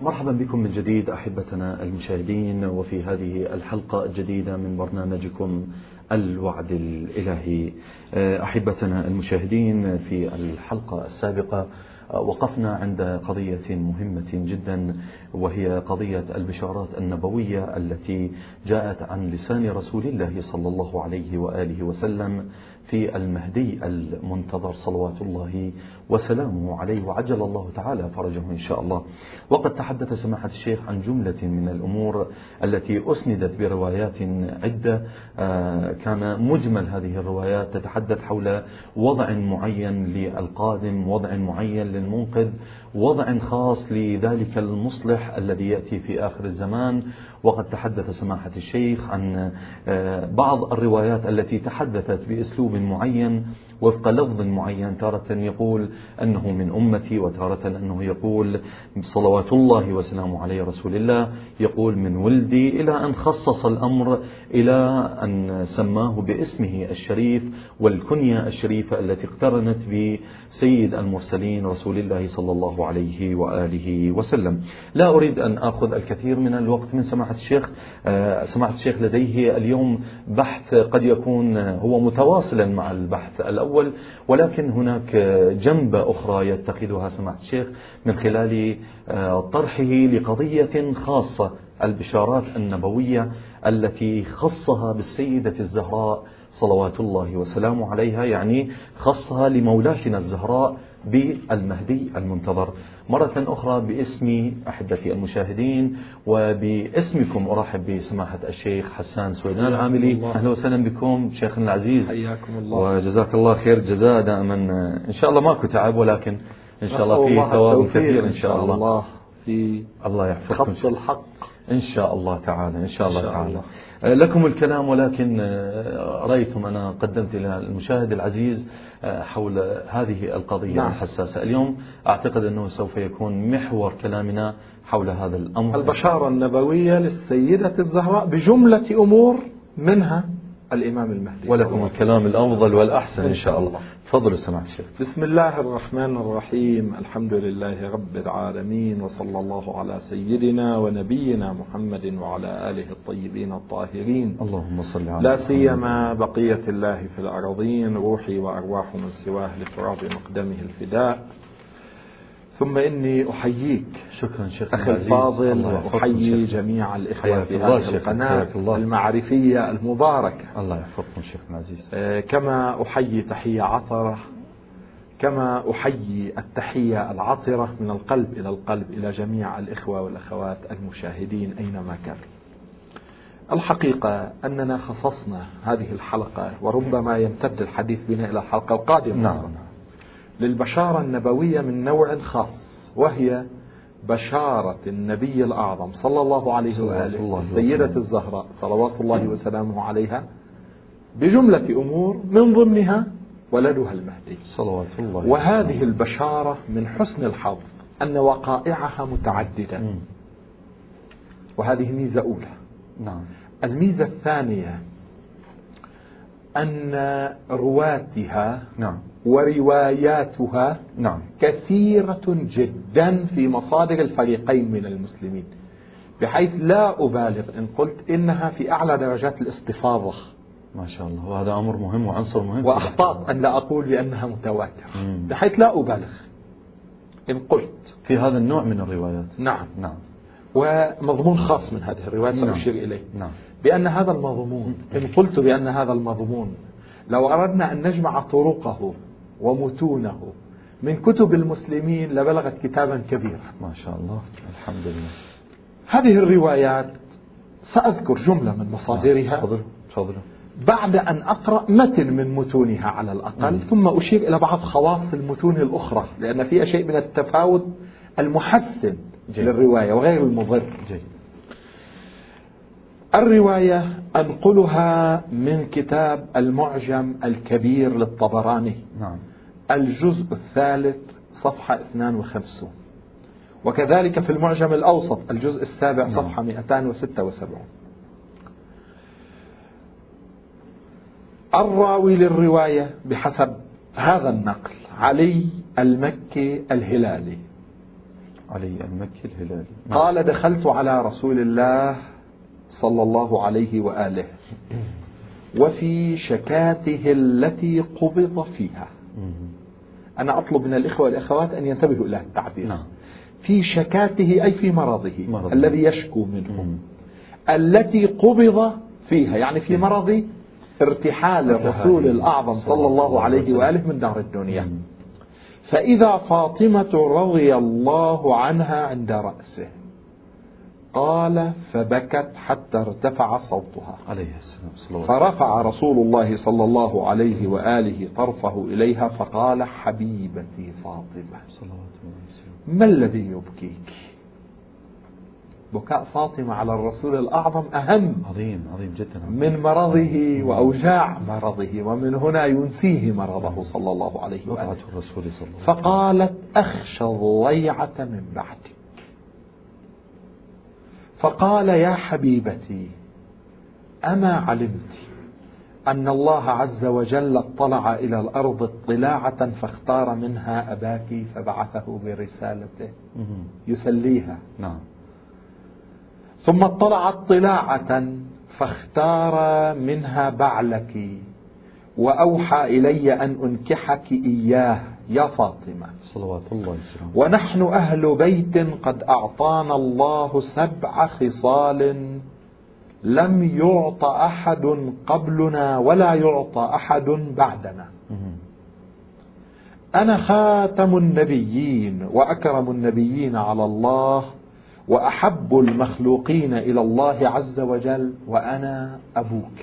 مرحبا بكم من جديد أحبتنا المشاهدين، وفي هذه الحلقة الجديدة من برنامجكم الوعد الإلهي. أحبتنا المشاهدين، في الحلقة السابقة وقفنا عند قضية مهمة جدا، وهي قضية البشارات النبوية التي جاءت عن لسان رسول الله صلى الله عليه وآله وسلم في المهدي المنتظر صلوات الله وسلامه عليه، وعجل الله تعالى فرجه إن شاء الله. وقد تحدث سماحة الشيخ عن جملة من الأمور التي أسندت بروايات عدة. كان مجمل هذه الروايات تتحدث حول وضع معين للقادم، وضع معين للمنقذ، وضع خاص لذلك المصلح الذي يأتي في آخر الزمان. وقد تحدث سماحة الشيخ عن بعض الروايات التي تحدثت بأسلوب معين وفق لفظ معين، تارة يقول أنه من أمتي، وتارة أنه يقول صلوات الله وسلامه عليه رسول الله، يقول من ولدي، إلى أن خصص الأمر إلى أن سماه باسمه الشريف والكنية الشريفة التي اقترنت بسيد المرسلين رسول الله صلى الله عليه وآله وسلم. لا أريد أن أخذ الكثير من الوقت من سماحة الشيخ. سماحة الشيخ لديه اليوم بحث قد يكون هو متواصلا مع البحث الأول، ولكن هناك جنبة أخرى يتخذها سماحة الشيخ من خلال طرحه لقضية خاصة، البشارات النبوية التي خصها بالسيدة الزهراء صلوات الله وسلامه عليها، يعني خصها لمولاتنا الزهراء بالمهدي المنتظر. مرة أخرى باسم أحبتي المشاهدين وباسمكم أرحب بسماحة الشيخ حسان سويدان العاملي. أهلا وسهلا بكم شيخنا العزيز، حياكم الله وجزاك الله خير جزاء دائما. إن شاء الله ماكو تعب، ولكن إن شاء الله فيه ثواب كثير إن شاء الله في الله يحفظكم خط الحق إن شاء الله تعالى. إن شاء الله تعالى لكم الكلام، ولكن رأيتم أنا قدمت إلى المشاهد العزيز حول هذه القضية الحساسة. اليوم أعتقد أنه سوف يكون محور كلامنا حول هذا الأمر، البشارة النبوية للسيدة الزهراء بجملة أمور منها الإمام المهدي. ولكم الكلام الأفضل والأحسن إن شاء الله. تفضلوا سماحة الشيخ. بسم الله الرحمن الرحيم، الحمد لله رب العالمين، وصلى الله على سيدنا ونبينا محمد وعلى آله الطيبين الطاهرين، اللهم صل على لا سيما بقية الله في الأراضين، روحي وأرواح من سواه لتراب مقدمه الفداء. ثم إني أحييك شكرا شيخ أخي الفاضل، وأحيي جميع الإخوة في هذه القناة المعرفية المباركة. الله يحفظكم شيخ العزيز. كما أحيي تحية عطرة، كما أحيي التحية العطرة من القلب إلى القلب إلى جميع الإخوة والأخوات المشاهدين أينما كانوا. الحقيقة أننا خصصنا هذه الحلقة، وربما يمتد الحديث بنا إلى الحلقة القادمة، نعم، للبشارة النبوية من نوع خاص، وهي بشارة النبي الأعظم صلى الله عليه وآله السيدة الزهراء صلوات الله وسلامه عليها بجملة أمور، من ضمنها ولدها المهدي صلوات الله. وهذه البشارة من حسن الحظ أن وقائعها متعددة، وهذه ميزة أولى. نعم. الميزة الثانية أن رواتها ورواياتها كثيرة جدا في مصادر الفريقين من المسلمين، بحيث لا أبالغ إن قلت إنها في أعلى درجات الاستفاضة ما شاء الله، وهذا أمر مهم وعنصر مهم، وأخطأت أن لا أقول بأنها متواترة، بحيث لا أبالغ إن قلت في هذا النوع من الروايات. نعم. ومضمون خاص من هذه الروايات سأشير إليه. بأن هذا المضمون، إن قلت بأن هذا المضمون لو أردنا أن نجمع طرقه ومتونه من كتب المسلمين لبلغت كتابا كبيرا ما شاء الله. الحمد لله. هذه الروايات سأذكر جملة من مصادرها بعد أن أقرأ متن من متونها على الأقل، ثم أشير إلى بعض خواص المتون الأخرى، لأن فيها شيء من التفاوت المحسن للرواية وغير المضر. الرواية أنقلها من كتاب المعجم الكبير للطبراني، الجزء الثالث صفحة 52، وكذلك في المعجم الأوسط الجزء السابع صفحة 276. الراوي للرواية بحسب هذا النقل علي المكي الهلالي، علي المكي الهلالي. قال دخلت على رسول الله صلى الله عليه وآله وفي شكاته التي قبض فيها. أنا أطلب من الإخوة والأخوات أن ينتبهوا إلى التعبير. في شكاته أي في مرضه الذي يشكو منه، التي قبض فيها يعني في مرض ارتحال الرسول الأعظم صلى الله عليه وآله من دار الدنيا. فإذا فاطمة رضي الله عنها عند رأسه. قال فبكت حتى ارتفع صوتها عليه السلام. فرفع رسول الله صلى الله عليه وآله طرفه إليها فقال حبيبتي فاطمة ما الذي يبكيك؟ بكاء فاطمة على الرسول الأعظم أهم عظيم جدا من مرضه وأوجاع مرضه، ومن هنا ينسيه مرضه صلى الله عليه وآله. فقالت أخشى الضيعة من بعدك. فقال يا حبيبتي أما علمت أن الله عز وجل اطلع إلى الأرض اطلاعة فاختار منها أباك فبعثه برسالته يسليها. نعم. ثم اطلع اطلاعة فاختار منها بعلك وأوحى إلي أن أنكحك إياه يا فاطمة صلوات الله وسلامه. ونحن أهل بيت قد أعطانا الله 7 خصال لم يعط أحد قبلنا ولا يعطى أحد بعدنا. أنا خاتم النبيين وأكرم النبيين على الله وأحب المخلوقين إلى الله عز وجل، وأنا أبوك.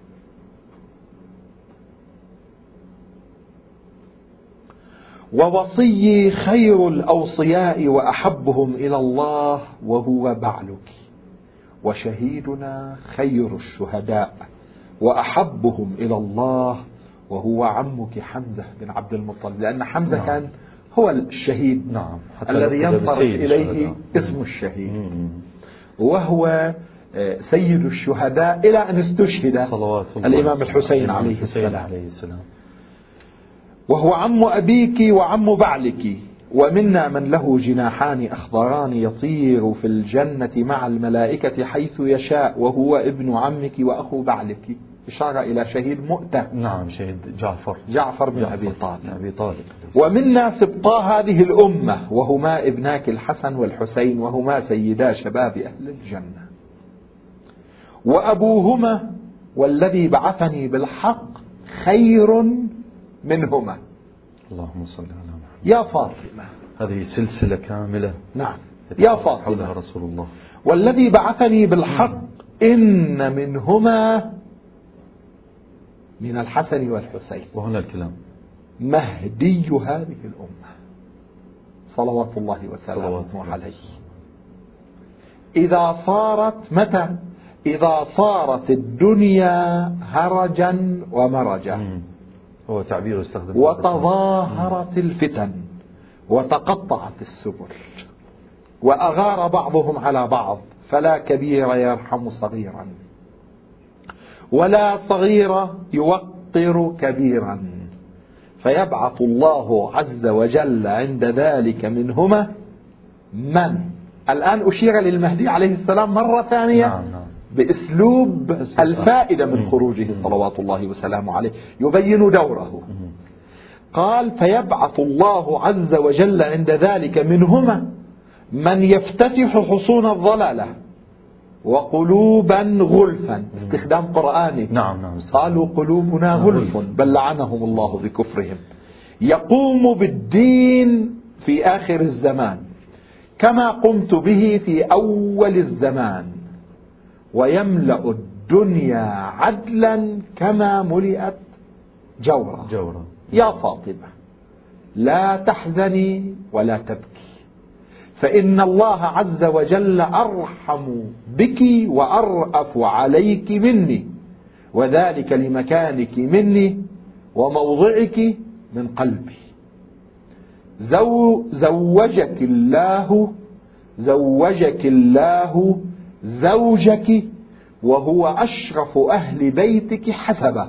ووصيي خير الأوصياء وأحبهم إلى الله وهو بعلك، وشهيدنا خير الشهداء وأحبهم إلى الله وهو عمك حمزة بن عبد المطلب، لأن حمزة كان هو الشهيد الذي ينصرف إليه اسم الشهيد، وهو سيد الشهداء إلى أن استشهد الإمام الحسين عليه السلام. وهو عم أبيك وعم بعلك، ومنا من له جناحان أخضران يطير في الجنة مع الملائكة حيث يشاء، وهو ابن عمك وأخو بعلك، إشارة إلى شهيد مؤتة. نعم، شهيد جعفر بن أبي طالب. ومنا سبطا هذه الأمة، وهما ابناك الحسن والحسين، وهما سيدا شباب أهل الجنة. وأبوهما والذي بعثني بالحق خير منهما. اللهم صل على محمد. يا فاطمة، هذه سلسلة كاملة. نعم يا فاطمة، حولها رسول الله. والذي بعثني بالحق إن منهما من الحسن والحسين، وهنا الكلام، مهدي هذه الأمة صلوات الله وسلامه عليه. إذا صارت متى؟ إذا صارت الدنيا هرجا ومرجا، هو تعبير استخدم، وتظاهرت الفتن وتقطعت السبل وأغار بعضهم على بعض، فلا كبير يرحم صغيرا ولا صغير يوقر كبيرا، فيبعث الله عز وجل عند ذلك منهما من. الآن أشير للمهدي عليه السلام مرة ثانية بأسلوب الفائدة من خروجه صلوات الله وسلامه عليه، يبين دوره. قال فيبعث الله عز وجل عند ذلك منهما من يفتتح حصون الضلالة وقلوبا غلفا، استخدام قرآني. قالوا قلوبنا غلف، بل لعنهم الله بكفرهم. يقوم بالدين في آخر الزمان كما قمت به في أول الزمان، ويملأ الدنيا عدلا كما ملئت جورا. يا فاطمة لا تحزني ولا تبكي، فإن الله عز وجل أرحم بك وأرأف عليك مني، وذلك لمكانك مني وموضعك من قلبي. زوجك الله زوجك وهو أشرف أهل بيتك حسبا،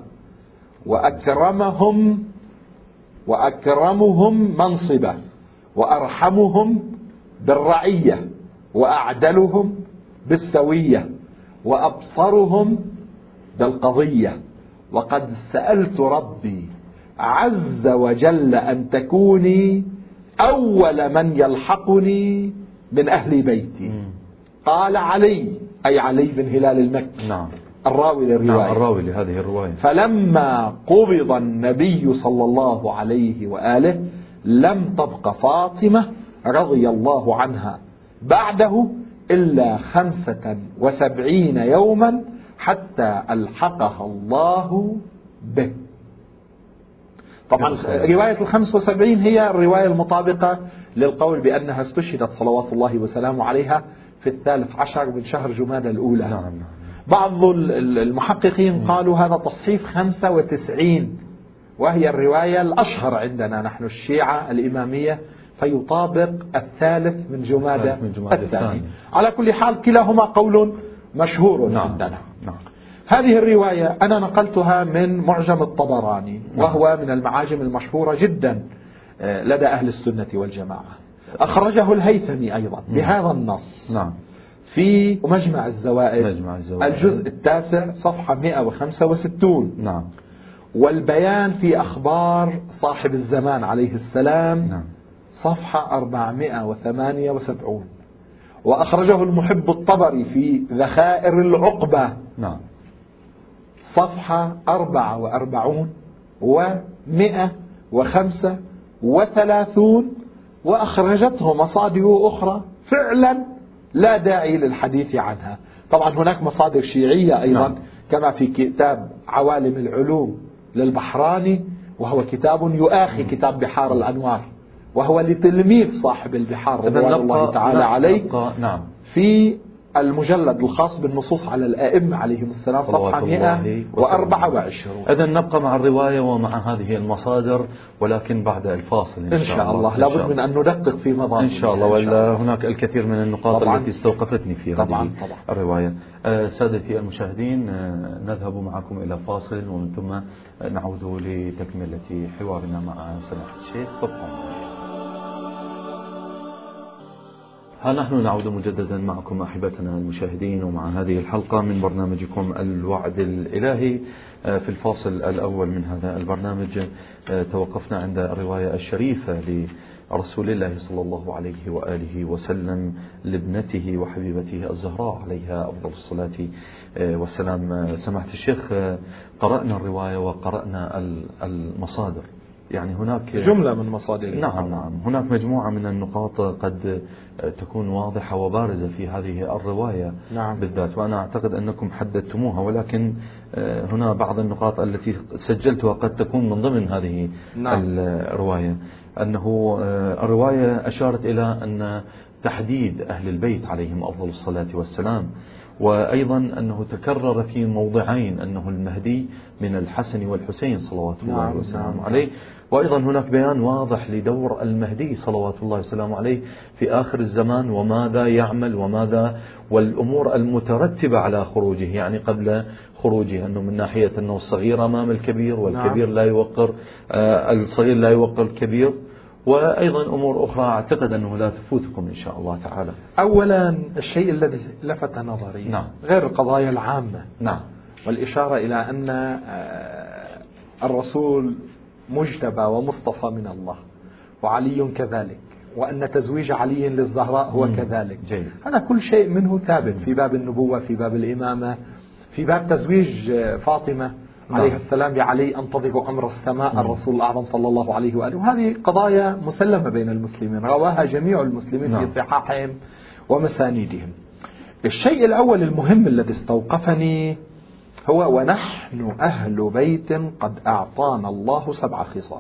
وأكرمهم منصبا، وأرحمهم بالرعية وأعدلهم بالسوية وأبصرهم بالقضية، وقد سألت ربي عز وجل أن تكوني أول من يلحقني من أهل بيتي. قال علي، أي علي بن هلال المكي، نعم، الراوي للرواية، نعم، الراوي لهذه الرواية. فلما قبض النبي صلى الله عليه وآله لم تبق فاطمة رضي الله عنها بعده إلا 75 يوما حتى ألحقها الله به. طبعا رواية 75 هي الرواية المطابقة للقول بأنها استشهدت صلوات الله وسلامه عليها في 13 من شهر جمادى الأولى. نعم. بعض المحققين قالوا هذا تصحيف 95، وهي الرواية الأشهر عندنا نحن الشيعة الإمامية، فيطابق 3 من جمادى الثاني. على كل حال كلاهما قول مشهور عندنا. هذه الرواية أنا نقلتها من معجم الطبراني، وهو من المعاجم المشهورة جدا لدى أهل السنة والجماعة. أخرجه الهيثمي أيضا بهذا النص في مجمع الزوائد الجزء 9 صفحة 165. نعم. والبيان في أخبار صاحب الزمان عليه السلام صفحة 478. وأخرجه المحب الطبري في ذخائر العقبة صفحة 44 و135. وأخرجته مصادر أخرى فعلا لا داعي للحديث عنها. طبعا هناك مصادر شيعية أيضا كما في كتاب عوالم العلوم للبحراني، وهو كتاب يؤاخي كتاب بحار الأنوار، وهو لتلميذ صاحب البحار رضوان الله تعالى عليه، في المجلد الخاص بالنصوص على الآئمة عليهم السلام صفحة 124. إذن نبقى مع الرواية ومع هذه المصادر، ولكن بعد الفاصل إن شاء الله. لابد من أن ندقق في مضامين إن شاء الله، ولا هناك الكثير من النقاط التي استوقفتني في هذه الرواية. سادتي المشاهدين، نذهب معكم إلى فاصل ومن ثم نعود لتكملة حوارنا مع سماحة الشيخ. ها نحن نعود مجددا معكم أحبتنا المشاهدين، ومع هذه الحلقة من برنامجكم الوعد الإلهي. في الفاصل الأول من هذا البرنامج توقفنا عند الرواية الشريفة لرسول الله صلى الله عليه وآله وسلم لابنته وحبيبته الزهراء عليها أفضل الصلاة والسلام. سماحة الشيخ، قرأنا الرواية وقرأنا المصادر، يعني هناك جملة من مصادر. نعم، هناك مجموعة من النقاط قد تكون واضحة وبارزة في هذه الرواية بالذات، وأنا أعتقد أنكم حددتموها، ولكن هنا بعض النقاط التي سجلتها قد تكون من ضمن هذه الرواية. أنه الرواية أشارت إلى أن تحديد أهل البيت عليهم أفضل الصلاة والسلام، وأيضا أنه تكرر في موضعين أنه المهدي من الحسن والحسين صلوات الله وسلامه عليه، وأيضا هناك بيان واضح لدور المهدي صلوات الله وسلامه عليه في آخر الزمان، وماذا يعمل وماذا والأمور المترتبة على خروجه، يعني قبل خروجه، أنه من ناحية أنه الصغير أمام الكبير، والكبير لا يوقر الصغير لا يوقر الكبير، وأيضا أمور أخرى أعتقد أنه لا تفوتكم إن شاء الله تعالى. أولا الشيء الذي لفت نظري غير القضايا العامة، والإشارة إلى أن الرسول مجتبى ومصطفى من الله، وعلي كذلك، وأن تزويج علي للزهراء هو كذلك. هذا كل شيء منه ثابت في باب النبوة، في باب الإمامة، في باب تزويج فاطمة عليه السلام بعلي أنتظر أمر السماء الرسول الأعظم صلى الله عليه وآله. وهذه قضايا مسلمة بين المسلمين، رواها جميع المسلمين في صحاحهم ومسانيدهم. الشيء الأول المهم الذي استوقفني هو ونحن أهل بيت قد أعطانا الله 7 خصال.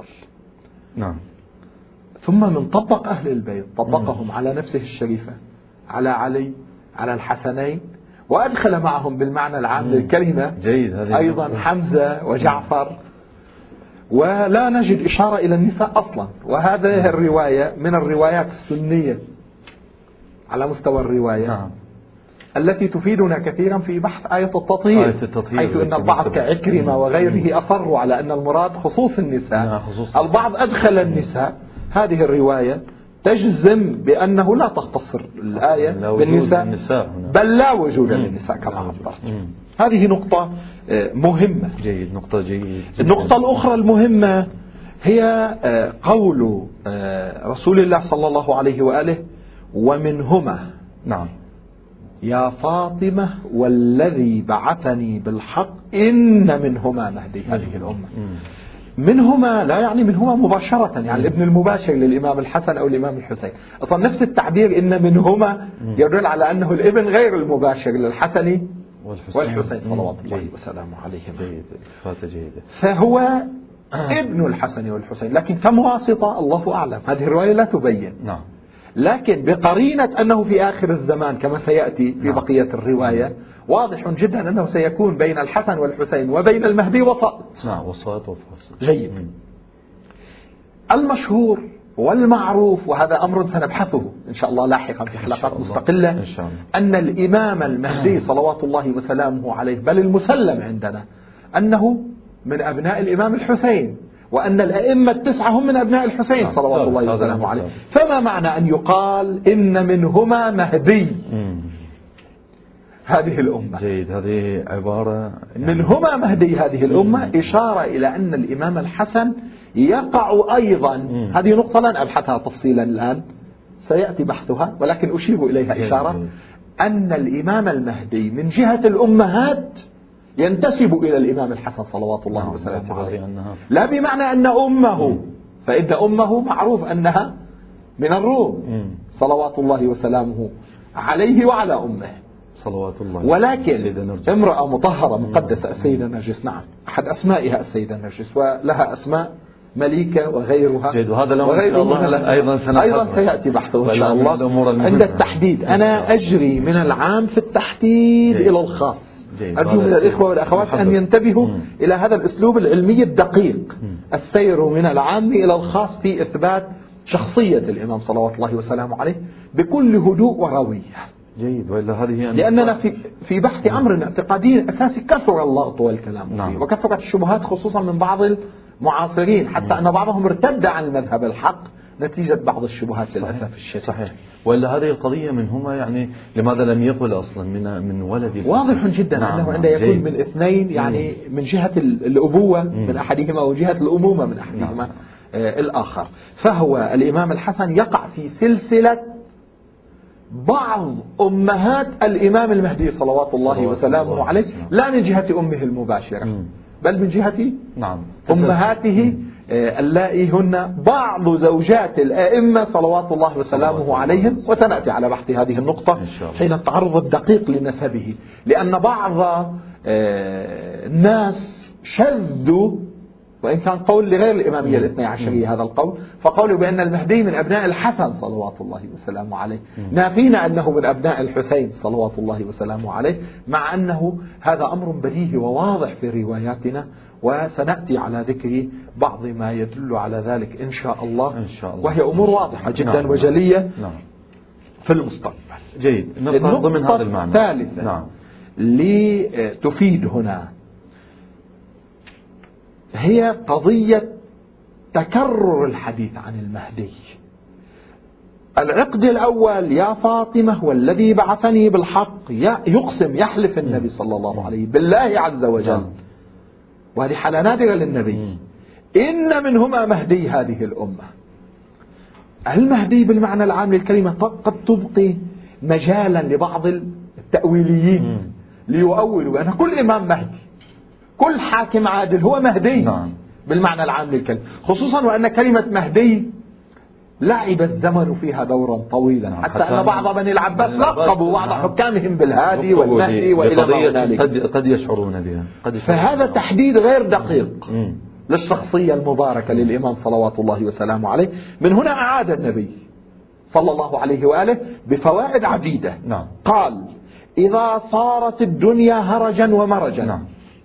ثم من طبق أهل البيت طبقهم على نفسه الشريفة، على علي، على الحسنين، وأدخل معهم بالمعنى العام للكلمة أيضا حمزة وجعفر، ولا نجد إشارة إلى النساء أصلا. وهذه الرواية من الروايات السنية على مستوى الرواية التي تفيدنا كثيرا في بحث آية التطهير، حيث أن البعض كعكرمة وغيره أصروا على أن المراد خصوص النساء. البعض أدخل النساء. هذه الرواية تجزم بأنه لا تختصر الآية بالنساء، بل لا وجود للنساء كما عبرت. هذه نقطة مهمة. جيد، نقطة جيد. النقطة الأخرى المهمة هي قول رسول الله صلى الله عليه وآله: ومنهما نعم يا فاطمة والذي بعثني بالحق إن منهما مهدي هذه الأمة. منهما لا يعني منهما مباشرة، يعني الابن المباشر للإمام الحسن أو الإمام الحسين. أصلا نفس التعبير إن منهما يدل على أنه الابن غير المباشر للحسن والحسين صلوات الله وسلامه عليهم. جيدة. فهو ابن الحسن والحسين، لكن كم واسطة الله أعلم، هذه الرواية لا تبين. نعم. لكن بقرينة أنه في آخر الزمان كما سيأتي في بقية الرواية واضح جدا أنه سيكون بين الحسن والحسين وبين المهدي وسط. نعم، وسط وفاصل. جيد. المشهور والمعروف، وهذا أمر سنبحثه إن شاء الله لاحقا في حلقات مستقلة، إن شاء الله، أن الإمام المهدي صلوات الله وسلامه عليه، بل المسلم عندنا أنه من أبناء الإمام الحسين، وأن الأئمة التسعة هم من أبناء الحسين صلوات الله وسلامه عليه. فما معنى أن يقال إن منهما مهدي هذه الأمة؟ جيد، هذه عبارة يعني منهما مهدي هذه الأمة إشارة إلى أن الإمام الحسن يقع أيضا. هذه نقطة لن أبحثها تفصيلا الآن، سيأتي بحثها، ولكن أشير إليها إشارة أن الإمام المهدي من جهة الأمهات ينتسب إلى الإمام الحسن صلوات الله وسلامه عليه، لا بمعنى أن أمه، فإن أمه معروف أنها من الروم صلوات الله وسلامه عليه وعلى أمه صلوات الله، ولكن امرأة مطهرة مقدسة السيدة نرجس، نعم أحد أسمائها السيدة نرجس، ولها أسماء مليكة وغيرها. جيد، وهذا الله أيضا سيأتي بحثه إن شاء الله عند التحديد. أنا أجري من العام في التحديد إلى الخاص. أرجو من الإخوة والأخوات أن ينتبهوا إلى هذا الأسلوب العلمي الدقيق، السير من العام إلى الخاص في إثبات شخصية الإمام صلوات الله وسلامه عليه بكل هدوء وروية. جيد، وإلا هذه لأننا في بحث أمر اعتقادي أساسي كثر اللغط والكلام فيه، وكثرت الشبهات خصوصا من بعض المعاصرين، حتى أن بعضهم ارتد عن المذهب الحق نتيجة بعض الشبهات للأسف الشديد. صحيح. وإلا هذه القضية منهما، يعني لماذا لم يقل أصلا من ولد؟ واضح جدا أنه عندما يكون من اثنين، يعني من جهة الأبوة من أحدهما وجهة الأمومة من أحدهما الآخر. فهو الإمام الحسن يقع في سلسلة بعض أمهات الإمام المهدي صلوات الله وسلامه عليه، لا من جهة أمه المباشرة بل من جهة أمهاته اللائي هن بعض زوجات الأئمة صلوات الله وسلامه عليهم، وسنأتي على بحث هذه النقطة حين التعرض الدقيق لنسبه، لأن بعض الناس شذوا، وإن كان قول لغير الإمامية الاثني عشرية هذا القول، فقالوا بأن المهدي من أبناء الحسن صلوات الله وسلامه عليه، نافين أنه من أبناء الحسين صلوات الله وسلامه عليه، مع أنه هذا أمر بديهي وواضح في رواياتنا، وسنأتي على ذكر بعض ما يدل على ذلك إن شاء الله، وهي أمور واضحة جدا وجلية في المستقبل. جيد، نبقى ضمن هذا المعنى. ثالثا لتفيد هنا هي قضية تكرر الحديث عن المهدي. العقد الأول يا فاطمة والذي بعثني بالحق، يقسم يحلف النبي صلى الله عليه بالله عز وجل، وهذه حالة نادرة للنبي، إن منهما مهدي هذه الأمة. المهدي بالمعنى العام للكلمة قد تبقي مجالا لبعض التأويليين ليؤولوا بأن كل إمام مهدي، كل حاكم عادل هو مهدي بالمعنى العام للكلمة، خصوصا وأن كلمة مهدي لعب الزمن فيها دورا طويلا، حتى أن بعض بني العباس لقبوا بعض حكامهم بالهادي والمهدي وإلى ما هنالك، قد يشعرون بها. فهذا تحديد غير دقيق للشخصية المباركة للإمام صلوات الله وسلامه عليه. من هنا أعاد النبي صلى الله عليه وآله بفوائد عديدة. قال: إذا صارت الدنيا هرجا ومرجا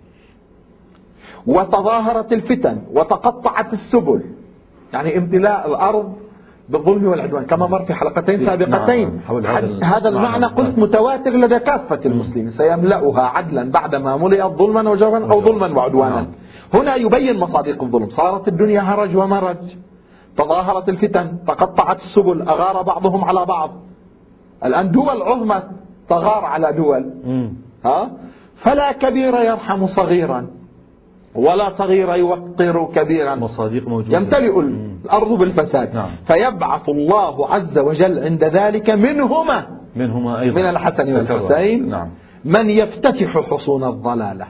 وتظاهرت الفتن وتقطعت السبل، يعني امتلاء الأرض بالظلم والعدوان كما مر في حلقتين سابقتين، هذا المعنى قلت متواتر لدى كافة المسلمين، سيملأها عدلا بعدما ملئت ظلما وجورا أو ظلما وعدوانا. هنا يبين مصادق الظلم، صارت الدنيا هرج ومرج، تظاهرت الفتن، تقطعت السبل، أغار بعضهم على بعض. الآن دول عظمى تغار على دول. فلا كبير يرحم صغيرا ولا صغير يوقر كبيرا. مصادق موجودة، يمتلئ الأرض بالفساد. نعم. فيبعث الله عز وجل عند ذلك منهما أيضا من الحسن والحسين. نعم. من يفتتح حصون الضلالة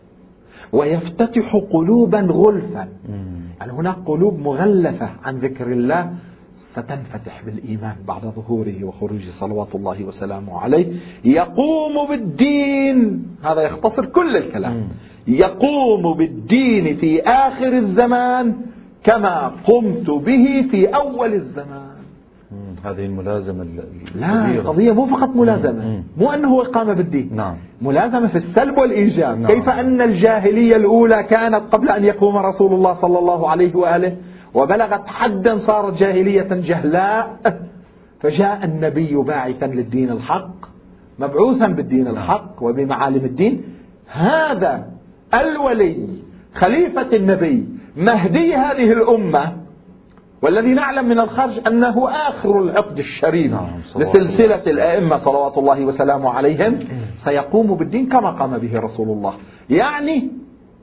ويفتتح قلوبا غلفا. يعني هناك قلوب مغلفة عن ذكر الله ستنفتح بالإيمان بعد ظهوره وخروج صلوات الله وسلامه عليه. يقوم بالدين، هذا يختصر كل الكلام، يقوم بالدين في آخر الزمان كما قمت به في أول الزمان. هذه الملازمة لا، القضية مو فقط ملازمة، مو أنه قام بالدين. نعم. ملازمة في السلب والإيجاب. نعم. كيف أن الجاهلية الأولى كانت قبل أن يقوم رسول الله صلى الله عليه وآله وبلغت حدا صارت جاهلية جهلاء، فجاء النبي باعثا للدين الحق، مبعوثا بالدين الحق وبمعالم الدين. هذا الولي خليفة النبي مهدي هذه الأمة، والذي نعلم من الخارج أنه آخر العقد الشريف لسلسلة الأئمة صلوات الله وسلامه عليهم، سيقوم بالدين كما قام به رسول الله. يعني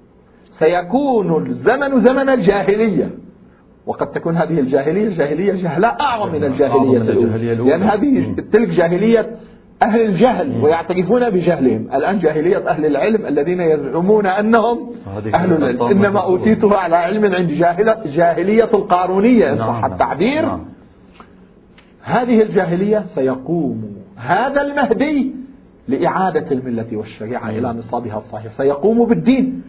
سيكون الزمن زمن الجاهلية، وقد تكون هذه الجاهلية جاهلية جهلاء أعظم من الجاهلية الأولى، لأن هذه تلك جاهلية أهل الجهل ويعترفون بجهلهم. الآن جاهلية أهل العلم الذين يزعمون أنهم أهل العلم. إنما أوتيته على علم عند جاهلية القارونية إن صح التعبير. هذه الجاهلية سيقوم هذا المهدي لإعادة الملة والشريعة إلى نصابها الصحيح. سيقوم بالدين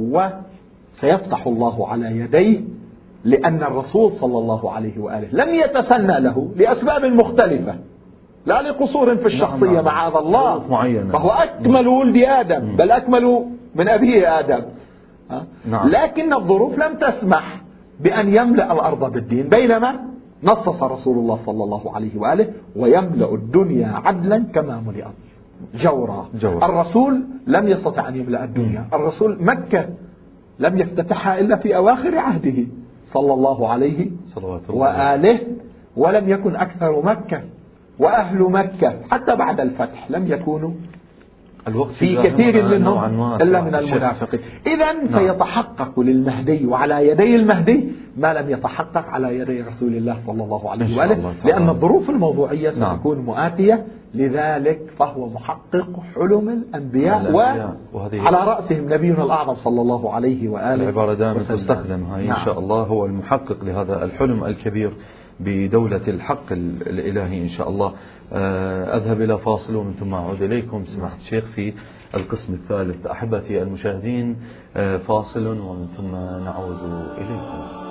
وسيفتح الله على يديه، لأن الرسول صلى الله عليه وآله لم يتسنى له لأسباب مختلفة، لا لقصور في الشخصية معاذ الله، فهو أكمل ولد آدم، بل أكمل من أبيه آدم. لكن الظروف لم تسمح بأن يملأ الأرض بالدين، بينما نصص رسول الله صلى الله عليه وآله ويملأ الدنيا عدلا كما ملئت جورا. الرسول لم يستطع أن يملأ الدنيا. الرسول مكة لم يفتتحها إلا في أواخر عهده صلى الله عليه وآله، ولم يكن أكثر مكة وأهل مكة حتى بعد الفتح لم يكونوا في كثير منهم إلا من المنافقين. إذن سيتحقق للمهدي وعلى يدي المهدي ما لم يتحقق على يدي رسول الله صلى الله عليه وآله، لأن الظروف الموضوعية ستكون مؤاتية. لذلك فهو محقق حلم الأنبياء وعلى رأسهم نبينا الأعظم صلى الله عليه وآله. العبارة دائما تستخدم هاي إن شاء الله، هو المحقق لهذا الحلم الكبير بدولة الحق الإلهي إن شاء الله. أذهب إلى فاصل ومن ثم أعود إليكم سماحة الشيخ في القسم الثالث. أحبتي المشاهدين، فاصل ومن ثم نعود إليكم.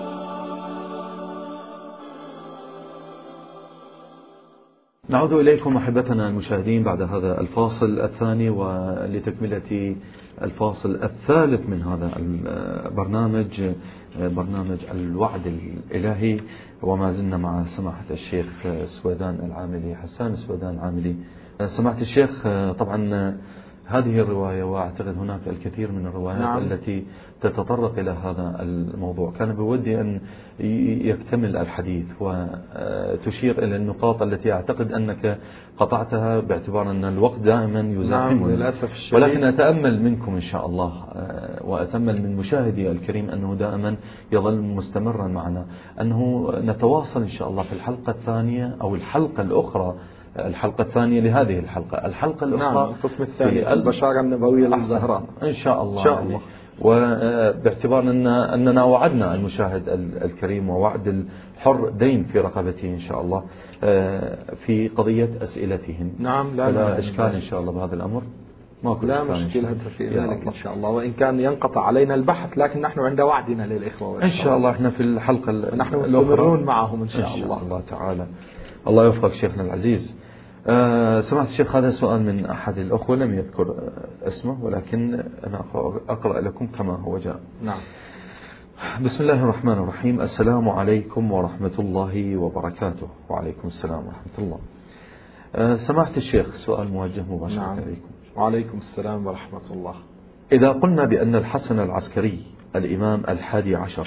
نعود إليكم أحبتنا المشاهدين بعد هذا الفاصل الثاني ولتكملة الفاصل الثالث من هذا البرنامج، برنامج الوعد الإلهي. وما زلنا مع سماحة الشيخ سويدان العاملي، حسان سويدان العاملي. سماحة الشيخ، طبعا هذه الرواية وأعتقد هناك الكثير من الروايات التي تتطرق إلى هذا الموضوع، كان بودي أن يكتمل الحديث وتشير إلى النقاط التي أعتقد أنك قطعتها باعتبار أن الوقت دائما يزاحمنا للأسف الشديد. ولكن أتأمل منكم إن شاء الله وأتأمل من مشاهدي الكريم أنه دائما يظل مستمرا معنا، أنه نتواصل إن شاء الله في الحلقة الثانية أو الحلقة الأخرى، الحلقة الثانية لهذه الحلقة الأخرى القسم الثاني البشارة النبوية للزهراء إن شاء الله. وباعتبار أننا وعدنا المشاهد الكريم ووعد الحر دين في رقبته إن شاء الله في قضية أسئلتهم. لا إشكال إن شاء الله بهذا الأمر، لا مشكلة في ذلك إن شاء الله، وإن كان ينقطع علينا البحث لكن نحن عند وعدنا للإخوة إن شاء الله. إحنا في الحلقة نحن مستمرون معهم إن شاء الله تعالى. الله يوفقك شيخنا العزيز. سمعت الشيخ هذا سؤال من أحد الأخوة لم يذكر اسمه، ولكن أنا أقرأ لكم كما هو جاء. نعم. بسم الله الرحمن الرحيم. السلام عليكم ورحمة الله وبركاته. وعليكم السلام ورحمة الله. سمعت الشيخ سؤال موجه مباشرة إليكم. وعليكم السلام ورحمة الله. إذا قلنا بأن الحسن العسكري الإمام 11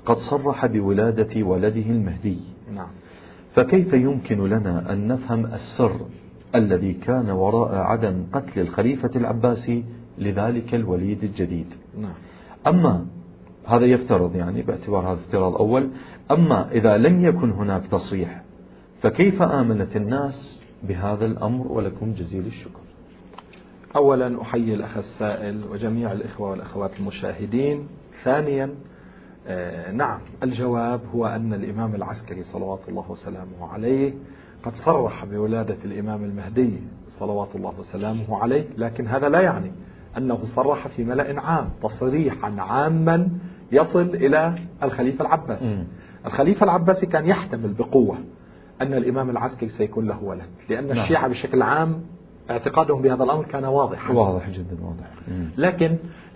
قد صرح بولادة ولده المهدي. نعم. فكيف يمكن لنا أن نفهم السر الذي كان وراء عدم قتل الخليفة العباسي لذلك الوليد الجديد؟ نعم. أما هذا يفترض يعني باعتبار هذا افتراض أول. أما إذا لم يكن هناك تصريح فكيف آمنت الناس بهذا الأمر؟ ولكم جزيل الشكر. أولا أحيي الأخ السائل وجميع الإخوة والأخوات المشاهدين. ثانيا نعم، الجواب هو أن الإمام العسكري صلوات الله وسلامه عليه قد صرح بولادة الإمام المهدي صلوات الله وسلامه عليه، لكن هذا لا يعني أنه صرح في ملأ عام تصريحا عاما يصل إلى الخليفة العباسي. الخليفة العباسي كان يحتمل بقوة أن الإمام العسكري سيكون له ولد، لأن الشيعة بشكل عام اعتقادهم بهذا الأمر كان واضح جدا واضح. لكن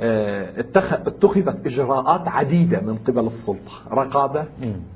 اتخذت إجراءات عديدة من قبل السلطة، رقابة،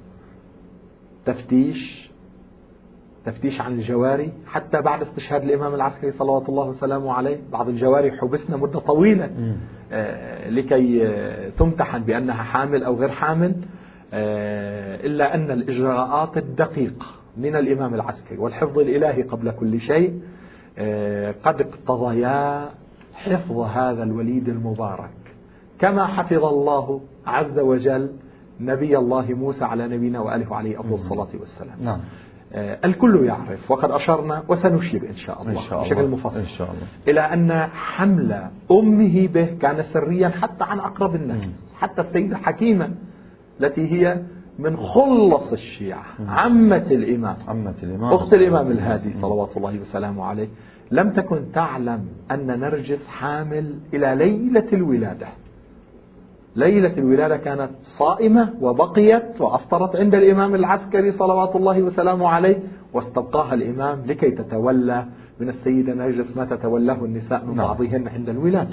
تفتيش عن الجواري. حتى بعد استشهاد الإمام العسكري صلوات الله وسلامه عليه بعض الجواري حبسنا مدة طويلة لكي تمتحن بأنها حامل أو غير حامل. إلا أن الإجراءات الدقيقة من الإمام العسكري والحفظ الإلهي قبل كل شيء قد اقتضيا حفظ هذا الوليد المبارك كما حفظ الله عز وجل نبي الله موسى على نبينا وآله وعليه أفضل الصلاة والسلام. نعم. الكل يعرف وقد أشرنا وسنشير إن شاء الله بشكل مفصل إن شاء الله إلى أن حمل أمه به كان سريا حتى عن أقرب الناس. حتى السيدة حكيمة التي هي من خلص الشيعة، عمة الإمام أخت الإمام الهادي صلوات الله وسلامه عليه، لم تكن تعلم أن نرجس حامل إلى ليلة الولادة. ليلة الولادة كانت صائمة وبقيت وأفطرت عند الإمام العسكري صلوات الله وسلامه عليه، واستبقاها الإمام لكي تتولى من السيدة نرجس ما تتولاه النساء من بعضهن عند الولادة.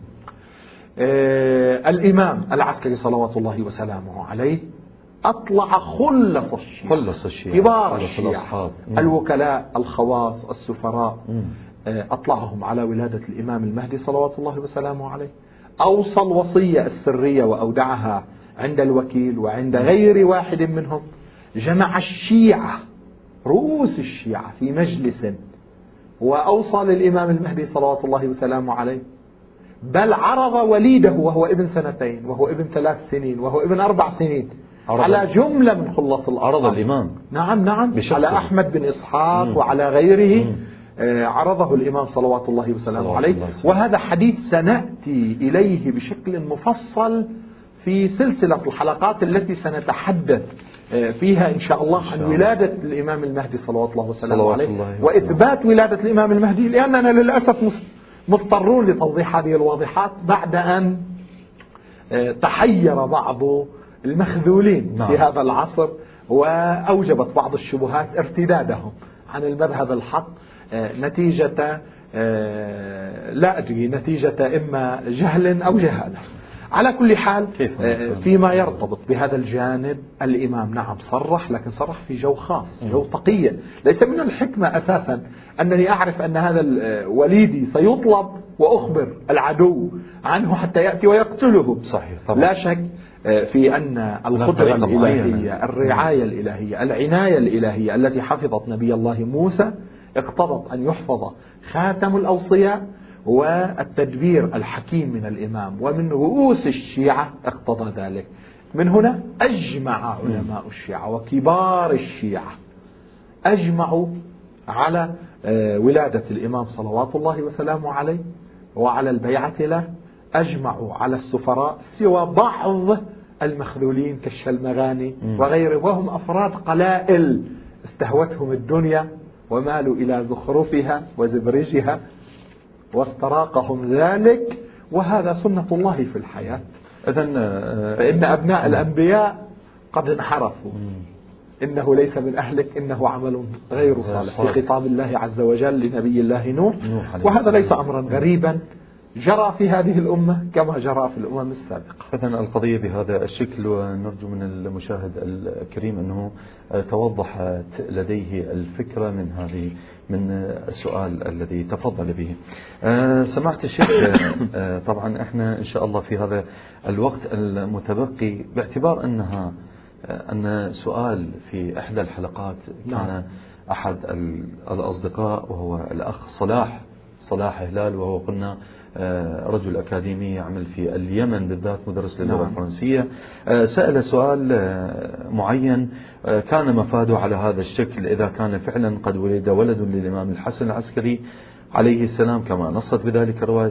الإمام العسكري صلوات الله وسلامه عليه أطلع خلص الشيعة كبار الشيعة، الوكلاء، الخواص، السفراء، أطلعهم على ولادة الإمام المهدي صلوات الله وسلامه عليه. أوصى الوصية السرية وأودعها عند الوكيل وعند غير واحد منهم. جمع الشيعة، رؤوس الشيعة في مجلس، وأوصى للإمام المهدي صلوات الله وسلامه عليه، بل عرض وليده وهو ابن 2 وهو ابن 3 سنين وهو ابن 4 سنين على جملة من خلاص عرض الإمام. نعم على أحمد بن إسحاق وعلى غيره. عرضه الإمام صلوات الله وسلامه عليه. وهذا حديث سنأتي إليه بشكل مفصل في سلسلة الحلقات التي سنتحدث فيها إن شاء الله عن ولادة الإمام المهدي صلوات الله وسلامه عليه وإثبات ولادة الإمام المهدي، لأننا للأسف مضطرون لتوضيح هذه الواضحات بعد أن تحير بعض المخذولين في هذا العصر، وأوجبت بعض الشبهات ارتدادهم عن المذهب الحق نتيجة لا أدري، نتيجة إما جهل أو جهالة. على كل حال فيما يرتبط بهذا الجانب الإمام نعم صرح، لكن صرح في جو خاص، جو تقية. ليس من الحكمة أساسا أنني أعرف أن هذا وليدي سيطلب وأخبر العدو عنه حتى يأتي ويقتله. صحيح طبعا. لا شك في أن القدرة الإلهية، الرعاية الإلهية، العناية الإلهية التي حفظت نبي الله موسى اقتضت أن يحفظ خاتم الأوصياء، والتدبير الحكيم من الإمام ومن رؤوس الشيعة اقتضى ذلك. من هنا أجمع علماء الشيعة وكبار الشيعة أجمعوا على ولادة الإمام صلوات الله وسلامه عليه وعلى البيعة له. أجمعوا على السفراء سوى بعض المخذولين كالشلمغاني وغيره، وهم أفراد قلائل استهوتهم الدنيا ومالوا إلى زخرفها وزبرجها واستراقهم ذلك، وهذا سنة الله في الحياة. فإن أبناء الأنبياء قد انحرفوا. إنه ليس من أهلك إنه عمل غير صالح، في خطاب الله عز وجل لنبي الله نوح. وهذا ليس أمرا غريبا جرى في هذه الأمة كما جرى في الأمم السابقة. إذن القضية بهذا الشكل، ونرجو من المشاهد الكريم أنه توضحت لديه الفكرة من السؤال الذي تفضل به. سمعت الشيخ، طبعا احنا إن شاء الله في هذا الوقت المتبقي، باعتبار أن سؤال في إحدى الحلقات كان أحد الأصدقاء وهو الأخ صلاح هلال، وهو قلنا رجل أكاديمي يعمل في اليمن بالذات، مدرس للغة الفرنسية، سأل سؤال معين كان مفاده على هذا الشكل: إذا كان فعلا قد ولد ولد للإمام الحسن العسكري عليه السلام كما نصت بذلك الرواية،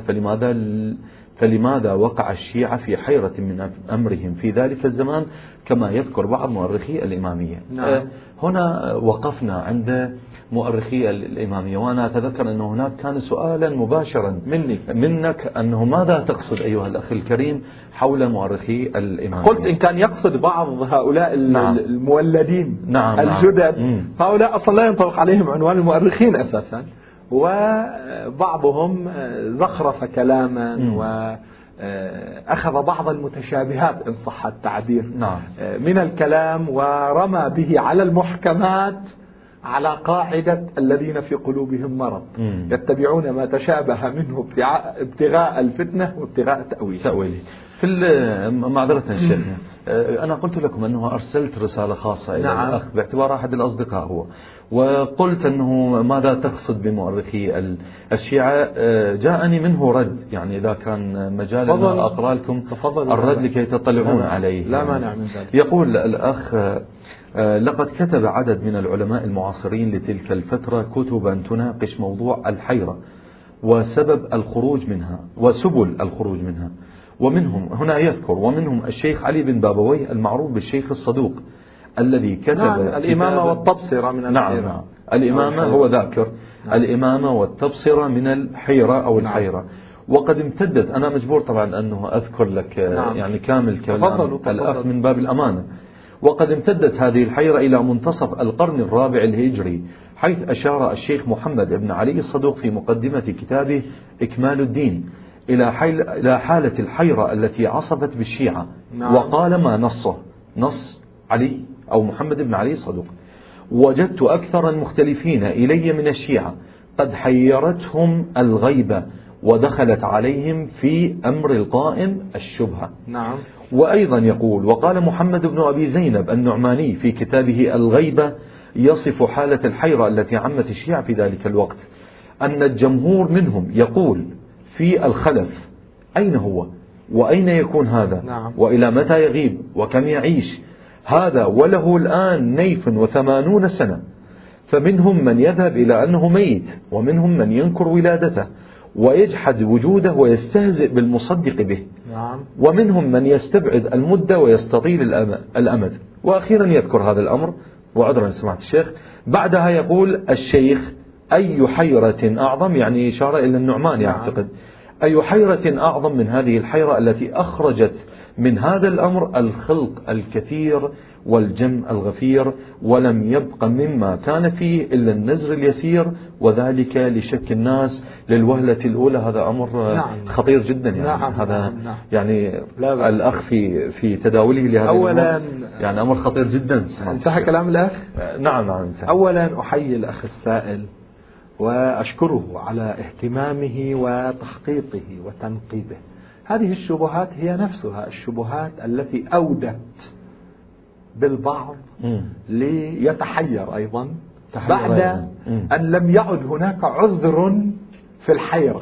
فلماذا وقع الشيعة في حيرة من أمرهم في ذلك الزمان كما يذكر بعض مؤرخي الإمامية؟ هنا وقفنا عند مؤرخي الإمامية، وأنا أتذكر أن هناك كان سؤالا مباشرا منك أنه ماذا تقصد أيها الأخ الكريم حول مؤرخي الإمامية؟ قلت إن كان يقصد بعض هؤلاء المولدين الجدد، هؤلاء أصلا لا ينطبق عليهم عنوان المؤرخين أساسا، وبعضهم زخرف كلاما وأخذ بعض المتشابهات إن صح التعبير من الكلام ورمى به على المحكمات على قاعدة الذين في قلوبهم مرض يتبعون ما تشابه منه ابتغاء الفتنة وابتغاء تأويله. في معذرة شيخنا، أنا قلت لكم أنه أرسلت رسالة خاصة إلى الأخ باعتبار أحد الأصدقاء هو، وقلت أنه ماذا تقصد بمؤرخي الشيعة؟ جاءني منه رد، يعني إذا كان مجال أن أقرأ لكم الرد لكي تطلعون عليه. لا مانع من ذلك. يقول الأخ: لقد كتب عدد من العلماء المعاصرين لتلك الفترة كتبا تناقش موضوع الحيرة وسبل الخروج منها، ومنهم هنا يذكر ومنهم الشيخ علي بن بابويه المعروف بالشيخ الصدوق الذي كتب الإمامة والتبصرة من الحيرة. الإمامة هو ذاكر الإمامة والتبصرة من الحيرة أو الحيرة. وقد امتدت، أنا مجبور طبعا أنه أذكر لك يعني كامل كلام الأخ من باب الأمانة. وقد امتدت هذه الحيرة إلى منتصف القرن الرابع الهجري، حيث أشار الشيخ محمد بن علي الصدوق في مقدمة كتابه إكمال الدين إلى حالة الحيرة التي عصفت بالشيعة. وقال ما نص علي أو محمد بن علي الصدوق: وجدت أكثر المختلفين إلي من الشيعة قد حيرتهم الغيبة ودخلت عليهم في أمر القائم الشبهة. وأيضا يقول: وقال محمد بن أبي زينب النعماني في كتابه الغيبة يصف حالة الحيرة التي عمت الشيعة في ذلك الوقت أن الجمهور منهم يقول في الخلف أين هو وأين يكون هذا وإلى متى يغيب وكم يعيش هذا وله الآن 82 سنة. فمنهم من يذهب إلى أنه ميت، ومنهم من ينكر ولادته ويجحد وجوده ويستهزئ بالمصدق به، ومنهم من يستبعد المدة ويستطيل الأمد. وأخيرا يذكر هذا الأمر، وعذرا سمعت الشيخ، بعدها يقول الشيخ: أي حيرة أعظم، يعني إشارة إلى النعمان يعتقد، أي حيرة أعظم من هذه الحيرة التي أخرجت من هذا الأمر الخلق الكثير والجمع الغفير، ولم يبق مما كان فيه إلا النزر اليسير، وذلك لشك الناس للوهلة الأولى. هذا أمر خطير جدا، يعني هذا يعني الأخ في تداوله لهذا أولا يعني أمر خطير جدا. انتهى كلام الأخ؟ نعم انتهى. أولا أحيي الأخ السائل وأشكره على اهتمامه وتحقيقه وتنقيبه. هذه الشبهات هي نفسها الشبهات التي أودت بالبعض ليتحير أيضا بعد أن لم يعد هناك عذر في الحيرة،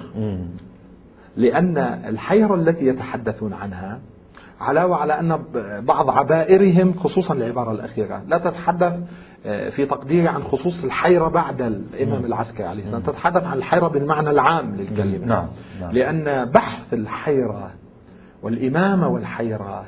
لأن الحيرة التي يتحدثون عنها علاوة على أن بعض عبائرهم، خصوصا العبارة الأخيرة، لا تتحدث في تقديري عن خصوص الحيرة بعد الإمام العسكري عليه السلام، تتحدث عن الحيرة بالمعنى العام للكلمة. لأن بحث الحيرة والإمامة والحيرة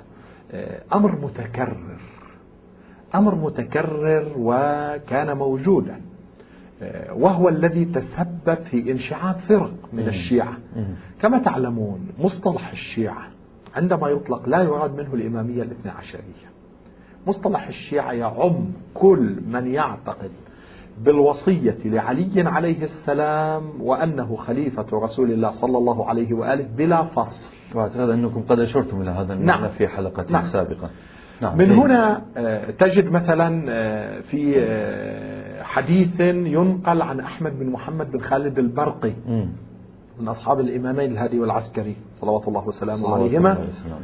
أمر متكرر وكان موجودا، وهو الذي تسبب في انشعاب فرق من الشيعة. كما تعلمون مصطلح الشيعة عندما يطلق لا يراد منه الإمامية الاثنى عشرية. مصطلح الشيعة يعم كل من يعتقد بالوصية لعلي عليه السلام وأنه خليفة رسول الله صلى الله عليه وآله بلا فصل. وأعتقد أنكم قد أشرتم إلى هذا المعنى في حلقة سابقة. من هنا تجد مثلا في حديث ينقل عن أحمد بن محمد بن خالد البرقي من أصحاب الإمامين الهادي والعسكري صلوات الله وسلامه عليهما،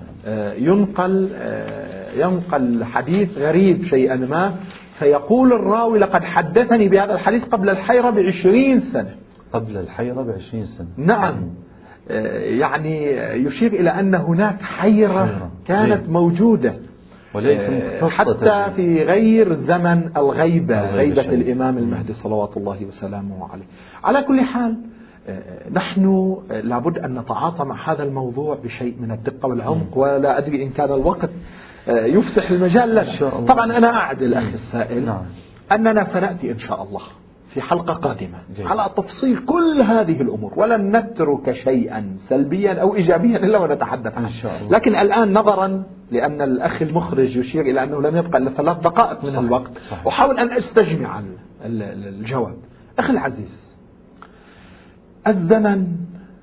ينقل حديث غريب شيئا ما، فيقول الراوي لقد حدثني بهذا الحديث قبل الحيرة ب20 سنة. قبل الحيرة ب20 سنة. نعم. يعني يشير إلى أن هناك حيرة كانت موجودة وليس حتى في غير زمن غيبة الإمام المهدي صلوات الله وسلامه عليه. على كل حال نحن لابد أن نتعاطى مع هذا الموضوع بشيء من الدقة والعمق، ولا أدري إن كان الوقت يفسح المجال لنا. طبعا أنا أعد الأخ السائل أننا سنأتي إن شاء الله في حلقة قادمة على تفصيل كل هذه الأمور، ولن نترك شيئا سلبيا أو إيجابيا إلا ونتحدث عنه. لكن الآن نظرا لأن الأخ المخرج يشير إلى أنه لم يبقى إلا 3 دقائق من الوقت، أحاول أن أستجمع الجواب. أخي العزيز، الزمن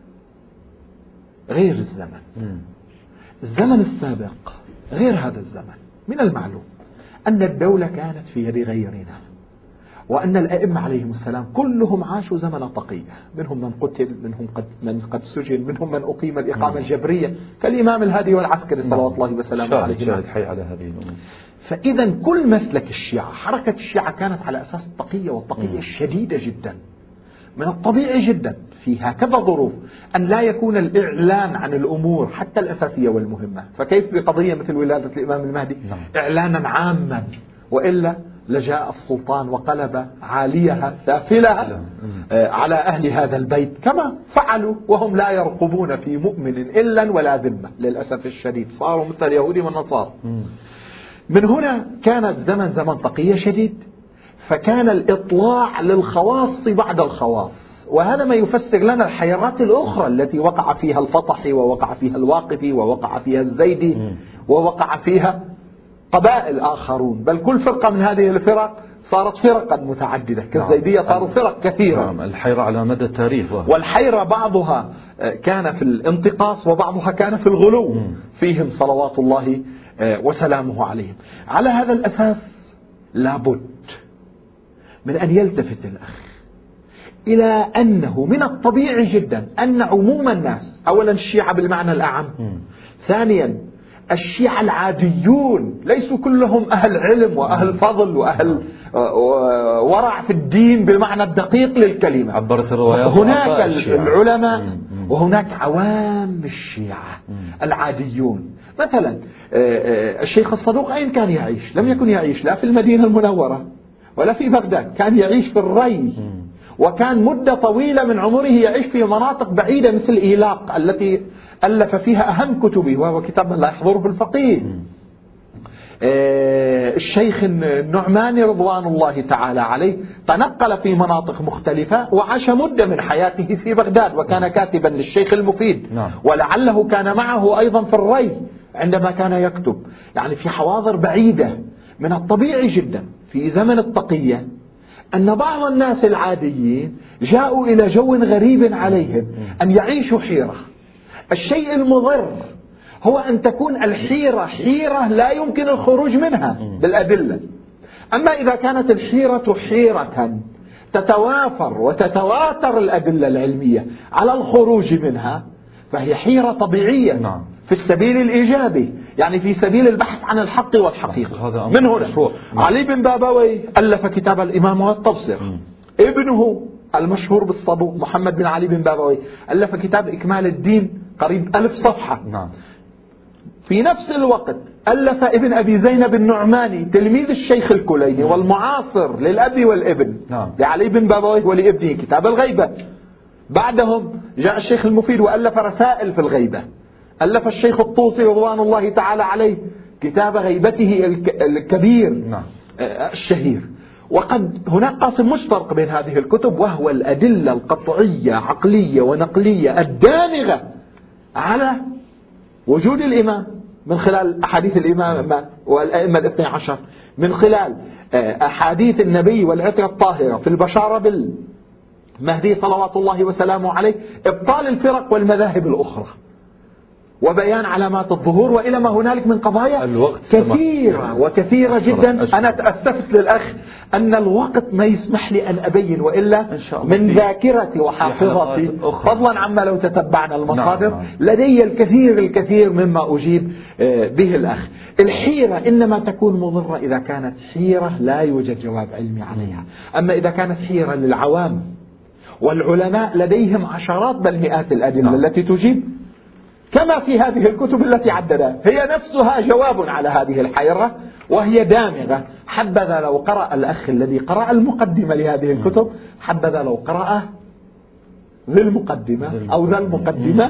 غير الزمن. الزمن السابق غير هذا الزمن. من المعلوم أن الدولة كانت في يد غيرنا، وأن الأئمة عليهم السلام كلهم عاشوا زمن طقية، منهم من قتل، منهم من قد سجن، منهم من أقيم الإقامة الجبرية كالإمام الهادي والعسكري صلوات الله وسلامه عليه. شاهد حي على هذه الأمور. فإذا كل مسلك الشيعة، حركة الشيعة كانت على أساس التقية، والتقية الشديدة جدا. من الطبيعي جدا في هكذا ظروف أن لا يكون الإعلان عن الأمور حتى الأساسية والمهمة. فكيف بقضية مثل ولادة الإمام المهدي إعلانا عاما، وإلا لجاء السلطان وقلب عاليها سافلها على أهل هذا البيت، كما فعلوا وهم لا يرقبون في مؤمن إلا ولا ذمة. للأسف الشديد صاروا مثل اليهود والنصارى. من هنا كان الزمن زمن تقية شديد، فكان الإطلاع للخواص بعد الخواص، وهذا ما يفسر لنا الحيرات الأخرى التي وقع فيها الفطحي، ووقع فيها الواقفي، ووقع فيها الزيدي، ووقع فيها قبائل آخرون. بل كل فرقة من هذه الفرق صارت فرقا متعددة، كالزيدية صاروا فرق كثيرة. الحيرة على مدى التاريخ، والحيرة بعضها كان في الانتقاص وبعضها كان في الغلو فيهم صلوات الله وسلامه عليهم. على هذا الأساس لابد من أن يلتفت الأخ إلى أنه من الطبيعي جدا أن عموم الناس، أولا الشيعة بالمعنى الأعم، ثانيا الشيعة العاديون ليسوا كلهم أهل علم وأهل فضل وأهل ورع في الدين بالمعنى الدقيق للكلمة. عبرت الروايات. هناك العلماء وهناك عوام الشيعة العاديون. مثلا الشيخ الصدوق أين كان يعيش؟ لم يكن يعيش لا في المدينة المنورة ولا في بغداد، كان يعيش في الري، وكان مدة طويلة من عمره يعيش في مناطق بعيدة مثل إيلاق التي ألف فيها أهم كتبه، وهو كتاب لا يحضره الفقيه. الشيخ النعماني رضوان الله تعالى عليه تنقل في مناطق مختلفة وعاش مدة من حياته في بغداد، وكان كاتبا للشيخ المفيد، ولعله كان معه أيضا في الري عندما كان يكتب، يعني في حواضر بعيدة. من الطبيعي جدا في زمن التقية أن بعض الناس العاديين جاءوا إلى جو غريب عليهم، أن يعيشوا حيرة. الشيء المضر هو أن تكون الحيرة حيرة لا يمكن الخروج منها بالأدلة. أما إذا كانت الحيرة حيرة تتوافر وتتواتر الأدلة العلمية على الخروج منها، فهي حيرة طبيعية في السبيل الإيجابي، يعني في سبيل البحث عن الحق والحقيقة. من هنا علي بن بابوي ألف كتاب الإمام والتبصر. ابنه المشهور بالصدوق محمد بن علي بن بابوي ألف كتاب إكمال الدين قريب 1000 صفحة. في نفس الوقت ألف ابن أبي زينب النعماني تلميذ الشيخ الكليني والمعاصر للأب والابن لعلي بن بابوي ولابنه كتاب الغيبة. بعدهم جاء الشيخ المفيد وألف رسائل في الغيبة. ألف الشيخ الطوسي رضوان الله تعالى عليه كتاب غيبته الكبير الشهير. وقد هناك قاسم مشترك بين هذه الكتب، وهو الأدلة القطعية عقلية ونقلية الدامغة على وجود الإمام من خلال أحاديث الإمام والأئمة الاثني عشر، من خلال أحاديث النبي والعترة الطاهرة في البشارة بالمهدي صلوات الله وسلامه عليه، إبطال الفرق والمذاهب الأخرى وبيان علامات الظهور وإلى ما هنالك من قضايا كثيرة وكثيرة جدا. أنا أستفت للأخ أن الوقت ما يسمح لي أن أبين، وإلا من ذاكرتي وحافظتي فضلا عما لو تتبعنا المصادر لدي الكثير مما أجيب به الأخ. الحيرة إنما تكون مضرة إذا كانت حيرة لا يوجد جواب علمي عليها، أما إذا كانت حيرة للعوام والعلماء لديهم عشرات بل مئات الأدلة التي تجيب، كما في هذه الكتب التي عددها هي نفسها جواب على هذه الحيرة وهي دامغة. حبذا لو قرأ الأخ الذي قرأ المقدمة لهذه الكتب، حبذا لو قرأ ذي المقدمة أو ذا المقدمة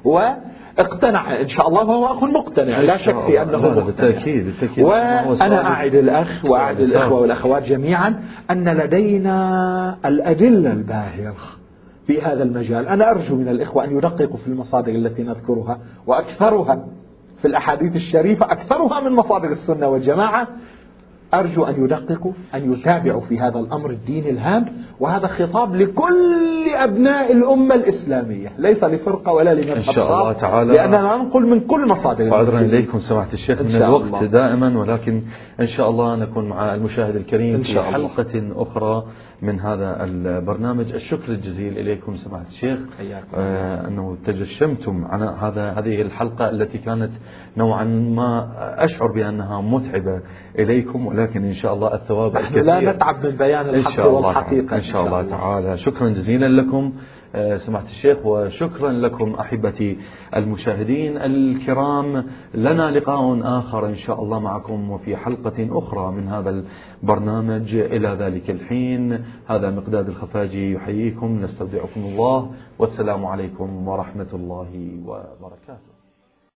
واقتنع إن شاء الله، وهو أخ مقتنع لا شك في أنه مقتنع. بالتأكيد. وأنا أعد الأخ وأعد الإخوة والأخوات جميعا أن لدينا الأدلة الباهرة في هذا المجال. أنا أرجو من الإخوة أن يدققوا في المصادر التي نذكرها، وأكثرها في الأحاديث الشريفة، أكثرها من مصادر السنة والجماعة. أرجو أن يدققوا، أن يتابعوا في هذا الأمر الديني الهام، وهذا خطاب لكل أبناء الأمة الإسلامية، ليس لفرقة ولا لمذهب، إن شاء الله تعالى، لأننا ننقل من كل مصادر. وعذرا إليكم سماحة الشيخ من الوقت دائما، ولكن إن شاء الله نكون مع المشاهد الكريم في حلقة أخرى من هذا البرنامج. الشكر الجزيل إليكم سماحة الشيخ أنه تجشمتم عن هذه الحلقة التي كانت نوعا ما أشعر بأنها متعبة إليكم، ولكن إن شاء الله الثواب الكثير. لا نتعب من بيان الحق والحقيقة إن شاء الله تعالى. شكرا جزيلا لكم سماحة الشيخ، وشكرا لكم أحبتي المشاهدين الكرام. لنا لقاء آخر إن شاء الله معكم وفي حلقة أخرى من هذا البرنامج. إلى ذلك الحين هذا مقداد الخفاجي يحييكم، نستودعكم الله، والسلام عليكم ورحمة الله وبركاته.